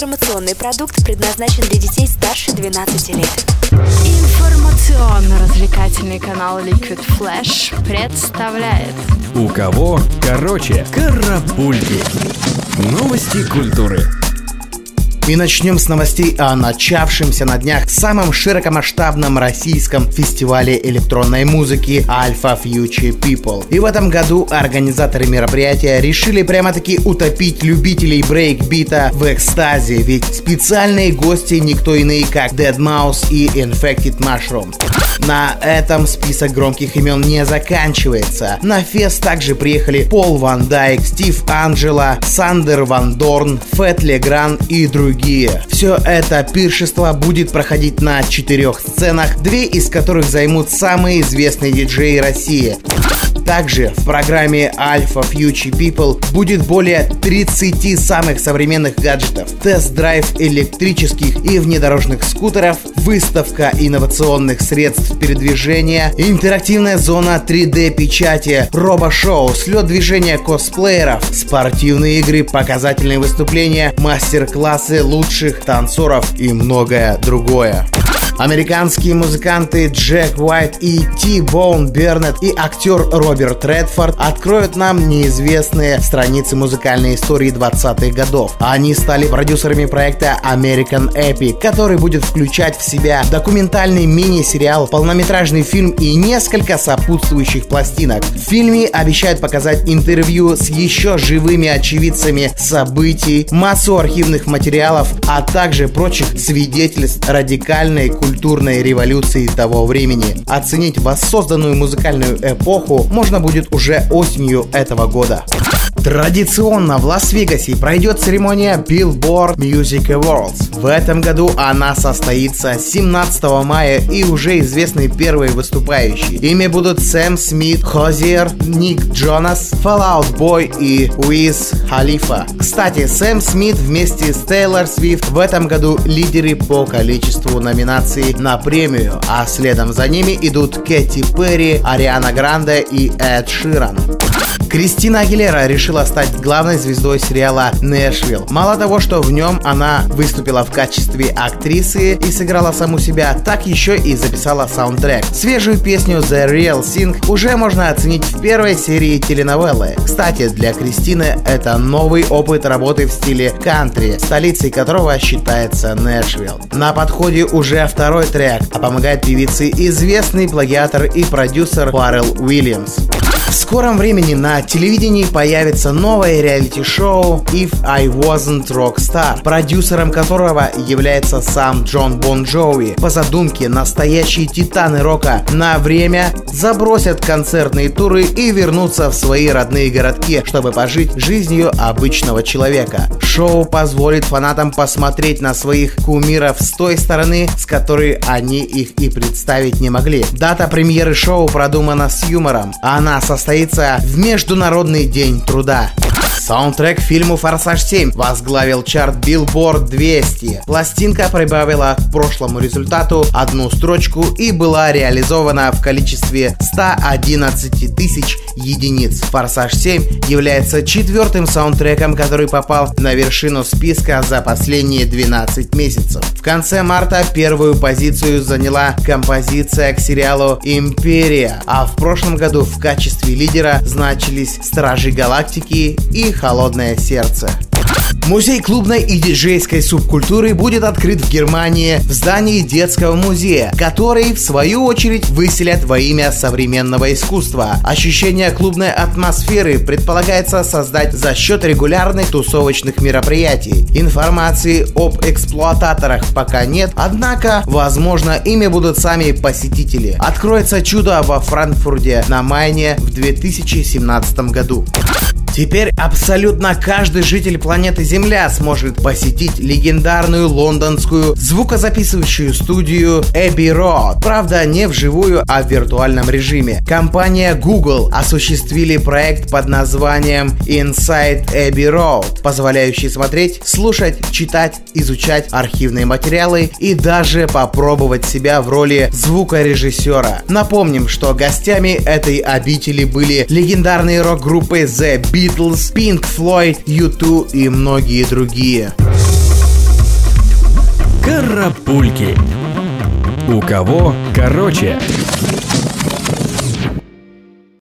Информационный продукт предназначен для детей старше 12 лет. Информационно-развлекательный канал Liquid Flash представляет. У кого короче карапульки. Новости культуры. И начнем с новостей о начавшемся на днях самом широкомасштабном российском фестивале электронной музыки Alpha Future People. И в этом году организаторы мероприятия решили прямо-таки утопить любителей брейкбита в экстазе, ведь специальные гости никто иные, как Deadmau5 и Infected Mushroom. На этом список громких имен не заканчивается. На фест также приехали Пол Ван Дайк, Стив Анджело, Сандер Ван Дорн, Фэт Легран и другие. Все это пиршество будет проходить на 4 сценах, 2 из которых займут самые известные диджеи России. Также в программе Alpha Future People будет более 30 самых современных гаджетов, тест-драйв электрических и внедорожных скутеров, выставка инновационных средств передвижения, интерактивная зона 3D-печати, робо-шоу, слет движения косплееров, спортивные игры, показательные выступления, мастер-классы лучших танцоров и многое другое. Американские музыканты Джек Уайт и T-Bone Бернетт и актер Роберт Редфорд откроют нам неизвестные страницы музыкальной истории 20-х годов. Они стали продюсерами проекта American Epic, который будет включать в себя документальный мини-сериал, полнометражный фильм и несколько сопутствующих пластинок. В фильме обещают показать интервью с еще живыми очевидцами событий, массу архивных материалов, а также прочих свидетельств радикальной культурной революции того времени. Оценить воссозданную музыкальную эпоху можно будет уже осенью этого года. Традиционно в Лас-Вегасе пройдет церемония Billboard Music Awards. В этом году она состоится 17 мая и уже известны первые выступающие. Ими будут Сэм Смит, Хозиер, Ник Джонас, Fall Out Boy и Уиз Халифа. Кстати, Сэм Смит вместе с Тейлор Свифт в этом году лидеры по количеству номинаций на премию, а следом за ними идут Кэти Перри, Ариана Гранде и Эд Ширан. Кристина Агилера решила стать главной звездой сериала «Нэшвилл». Мало того, что в нем она выступила в качестве актрисы и сыграла саму себя, так еще и записала саундтрек. Свежую песню «The Real Thing» уже можно оценить в первой серии теленовеллы. Кстати, для Кристины это новый опыт работы в стиле кантри, столицей которого считается Нэшвилл. На подходе уже второй трек, а помогает певице известный плагиатор и продюсер Фаррелл Уильямс. В скором времени на телевидении появится новое реалити-шоу «If I Wasn't Rockstar», продюсером которого является сам Джон Бон Джови. По задумке, настоящие титаны рока на время забросят концертные туры и вернутся в свои родные городки, чтобы пожить жизнью обычного человека. Шоу позволит фанатам посмотреть на своих кумиров с той стороны, с которой они их и представить не могли. Дата премьеры шоу продумана с юмором. Она состоится в Международный день труда. Саундтрек к фильму «Форсаж 7» возглавил чарт Billboard 200. Пластинка прибавила к прошлому результату 1 строчку и была реализована в количестве 111 тысяч единиц. «Форсаж 7» является 4-м саундтреком, который попал на вершину списка за последние 12 месяцев. В конце марта первую позицию заняла композиция к сериалу «Империя», а в прошлом году в качестве лидера значились «Стражи Галактики» и «Холодное сердце». Музей клубной и диджейской субкультуры будет открыт в Германии в здании детского музея, который, в свою очередь, выселят во имя современного искусства. Ощущение клубной атмосферы предполагается создать за счет регулярных тусовочных мероприятий. Информации об эксплуататорах пока нет, однако, возможно, ими будут сами посетители. Откроется чудо во Франкфурте на Майне в 2017 году. Теперь абсолютно каждый житель планеты Земля сможет посетить легендарную лондонскую звукозаписывающую студию Abbey Road. Правда, не вживую, а в виртуальном режиме. Компания Google осуществили проект под названием Inside Abbey Road, позволяющий смотреть, слушать, читать, изучать архивные материалы и даже попробовать себя в роли звукорежиссера. Напомним, что гостями этой обители были легендарные рок-группы The Beatles, Pink Floyd, U2 и многие другие. Карапульки. У кого короче?